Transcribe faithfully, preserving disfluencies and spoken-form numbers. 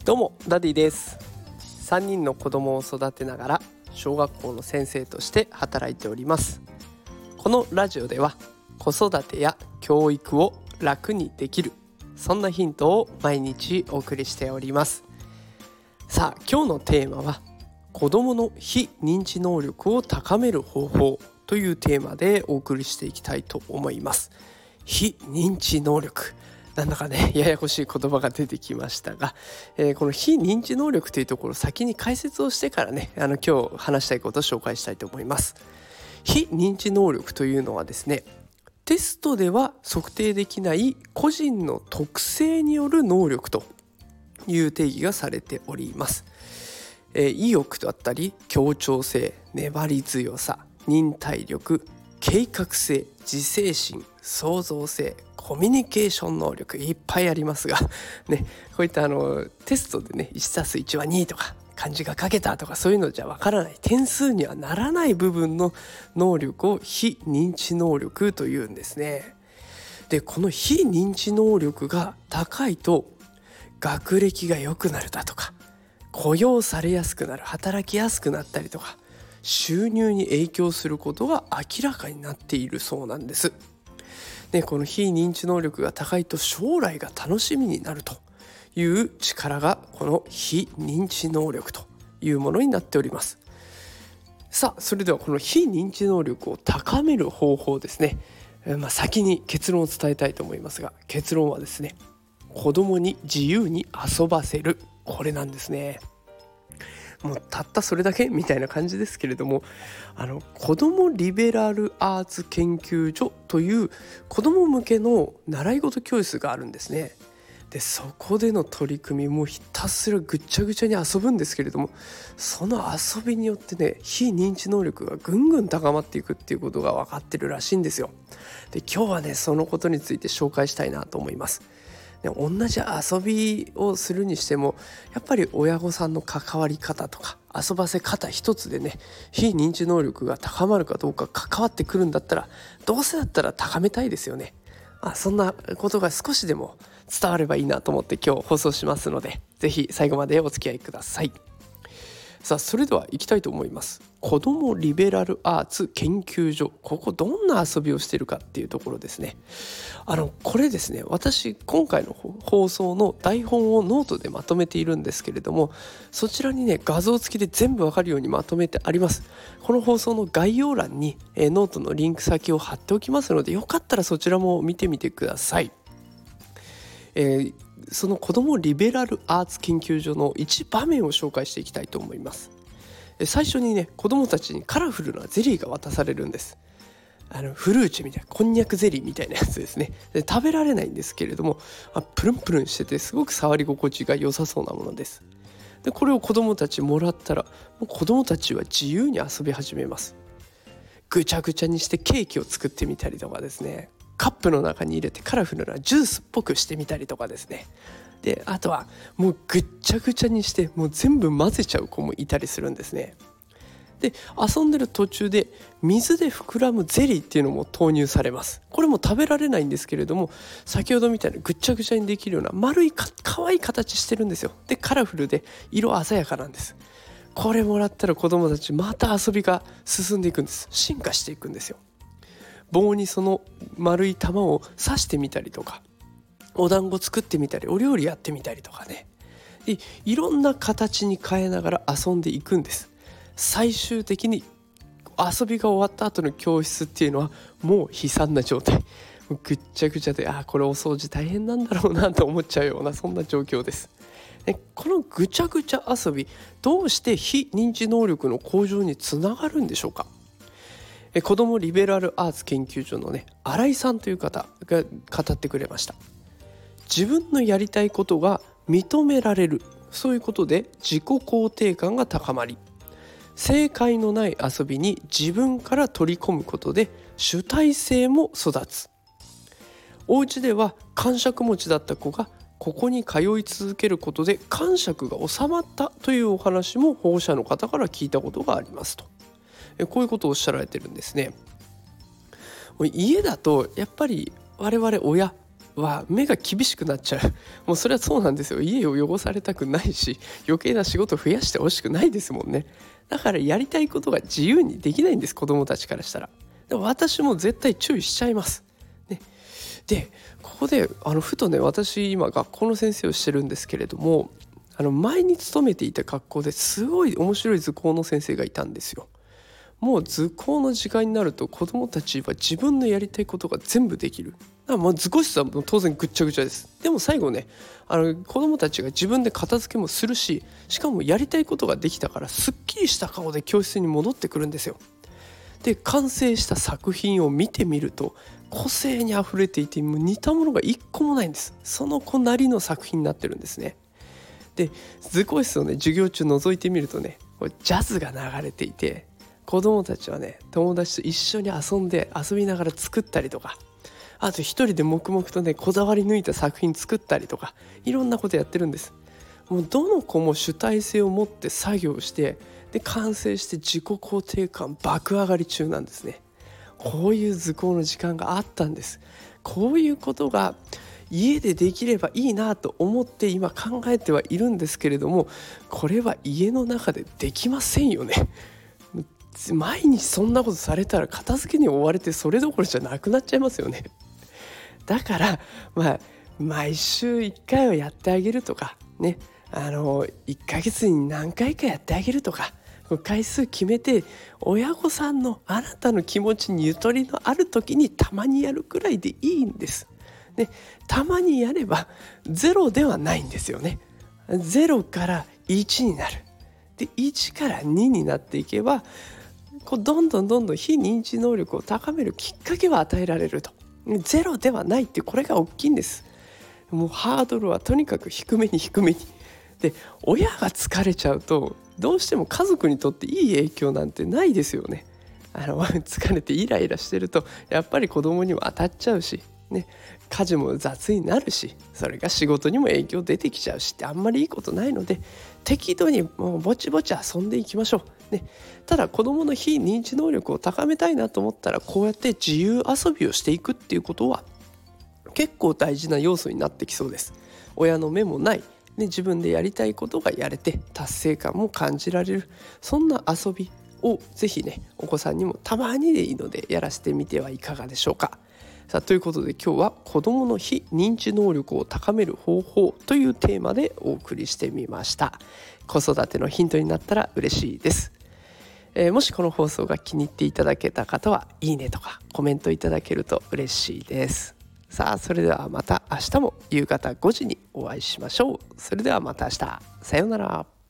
どうもダディです。さんにんの子供を育てながら小学校の先生として働いております。このラジオでは子育てや教育を楽にできる、そんなヒントを毎日お送りしております。さあ、今日のテーマは子供の非認知能力を高める方法というテーマでお送りしていきたいと思います。非認知能力、なんだかねややこしい言葉が出てきましたが、えー、この非認知能力というところを先に解説をしてからね、あの今日話したいことを紹介したいと思います。非認知能力というのはですね、テストでは測定できない個人の特性による能力という定義がされております。えー、意欲だったり協調性、粘り強さ、忍耐力、計画性、自制心、創造性、コミュニケーション能力、いっぱいありますが、ね、こういったあのテストでね いちたすいち はにとか漢字が書けたとかそういうのじゃわからない、点数にはならない部分の能力を非認知能力というんですね。でこの非認知能力が高いと学歴が良くなるだとか、雇用されやすくなる、働きやすくなったりとか、収入に影響することが明らかになっているそうなんです。でこの非認知能力が高いと将来が楽しみになるという力がこの非認知能力というものになっております。さあ、それではこの非認知能力を高める方法ですね、えーまあ、先に結論を伝えたいと思いますが、結論はですね、子供に自由に遊ばせる、これなんですね。もうたったそれだけみたいな感じですけれども、あの子どもリベラルアーツ研究所という子ども向けの習い事教室があるんですね。でそこでの取り組みもひたすらぐっちゃぐちゃに遊ぶんですけれども、その遊びによってね、非認知能力がぐんぐん高まっていくっていうことが分かってるらしいんですよ。で今日はね、そのことについて紹介したいなと思います。で同じ遊びをするにしても、やっぱり親御さんの関わり方とか遊ばせ方一つでね、非認知能力が高まるかどうか関わってくるんだったら、どうせだったら高めたいですよね。あそんなことが少しでも伝わればいいなと思って今日放送しますので、ぜひ最後までお付き合いください。さあ、それでは行きたいと思います。子どもリベラルアーツ研究所、ここどんな遊びをしているかっていうところですね。あのこれですね、私今回の放送の台本をノートでまとめているんですけれども、そちらにね画像付きで全部わかるようにまとめてあります。この放送の概要欄に、えー、ノートのリンク先を貼っておきますので、よかったらそちらも見てみてください。えーその子どもリベラルアーツ研究所の一場面を紹介していきたいと思います。最初にね、子どもたちにカラフルなゼリーが渡されるんです。あのフルーチェみたいな、こんにゃくゼリーみたいなやつですね。で食べられないんですけれども、あプルンプルンしててすごく触り心地が良さそうなものです。でこれを子どもたちもらったら、もう子どもたちは自由に遊び始めます。ぐちゃぐちゃにしてケーキを作ってみたりとかですね、カップの中に入れてカラフルなジュースっぽくしてみたりとかですね。であとはもうぐっちゃぐちゃにしてもう全部混ぜちゃう子もいたりするんですね。で遊んでる途中で水で膨らむゼリーっていうのも投入されます。これも食べられないんですけれども、先ほどみたいなぐっちゃぐちゃにできるような丸いか可愛い形してるんですよ。でカラフルで色鮮やかなんです。これもらったら子どもたちまた遊びが進んでいくんです。進化していくんですよ。棒にその丸い玉を刺してみたりとか、お団子作ってみたり、お料理やってみたりとかね、でいろんな形に変えながら遊んでいくんです。最終的に遊びが終わった後の教室っていうのはもう悲惨な状態、ぐっちゃぐちゃで、あこれお掃除大変なんだろうなと思っちゃうような、そんな状況です。でこのぐちゃぐちゃ遊び、どうして非認知能力の向上につながるんでしょうか。え子どもリベラルアーツ研究所のね、新井さんという方が語ってくれました。自分のやりたいことが認められる、そういうことで自己肯定感が高まり、正解のない遊びに自分から取り込むことで主体性も育つ。お家では癇癪持ちだった子がここに通い続けることで癇癪が治まったというお話も保護者の方から聞いたことがありますと。こういうことをおっしゃられてるんですね。家だとやっぱり我々親は目が厳しくなっちゃう。もうそれはそうなんですよ。家を汚されたくないし、余計な仕事増やしてほしくないですもんね。だからやりたいことが自由にできないんです、子供たちからしたら。でも私も絶対注意しちゃいます、ね、でここであのふとね、私今学校の先生をしてるんですけれども、あの前に勤めていた学校ですごい面白い図工の先生がいたんですよ。もう図工の時間になると子どもたちは自分のやりたいことが全部できる。だからもう図工室はもう当然ぐっちゃぐちゃです。でも最後ね、あの子どもたちが自分で片付けもするし、しかもやりたいことができたからすっきりした顔で教室に戻ってくるんですよ。で完成した作品を見てみると個性にあふれていて、もう似たものが一個もないんです。その子なりの作品になってるんですね。で図工室をね授業中覗いてみるとね、ジャズが流れていて、子どもたちはね友達と一緒に遊んで遊びながら作ったりとか、あと一人で黙々とねこだわり抜いた作品作ったりとか、いろんなことやってるんです。もうどの子も主体性を持って作業して、で完成して自己肯定感爆上がり中なんですね。こういう図工の時間があったんです。こういうことが家でできればいいなと思って今考えてはいるんですけれども、これは家の中でできませんよね。毎日そんなことされたら片付けに追われてそれどころじゃなくなっちゃいますよね。だからまあ毎週いっかいはやってあげるとかね、あのいっかげつに何回かやってあげるとか、回数決めて、親御さんのあなたの気持ちにゆとりのある時にたまにやるくらいでいいんです。でたまにやればゼロではないんですよね。ゼロからいちになる。でいちからにになっていけば、こうどんどんどんどん非認知能力を高めるきっかけは与えられると。ゼロではないって、これが大きいんです。もうハードルはとにかく低めに低めに。で親が疲れちゃうとどうしても家族にとっていい影響なんてないですよね。あの疲れてイライラしてるとやっぱり子供にも当たっちゃうし、ね、家事も雑になるし、それが仕事にも影響出てきちゃうしってあんまりいいことないので、適度にもうぼちぼち遊んでいきましょう、ね、ただ子供の非認知能力を高めたいなと思ったら、こうやって自由遊びをしていくっていうことは結構大事な要素になってきそうです。親の目もない、ね、自分でやりたいことがやれて達成感も感じられる、そんな遊びをぜひねお子さんにもたまにでいいのでやらせてみてはいかがでしょうか。さあということで今日は子どもの非認知能力を高める方法というテーマでお送りしてみました。子育てのヒントになったら嬉しいです。えー、もしこの放送が気に入っていただけた方はいいねとかコメントいただけると嬉しいです。さあそれではまた明日も夕方ごじにお会いしましょう。それではまた明日、さようなら。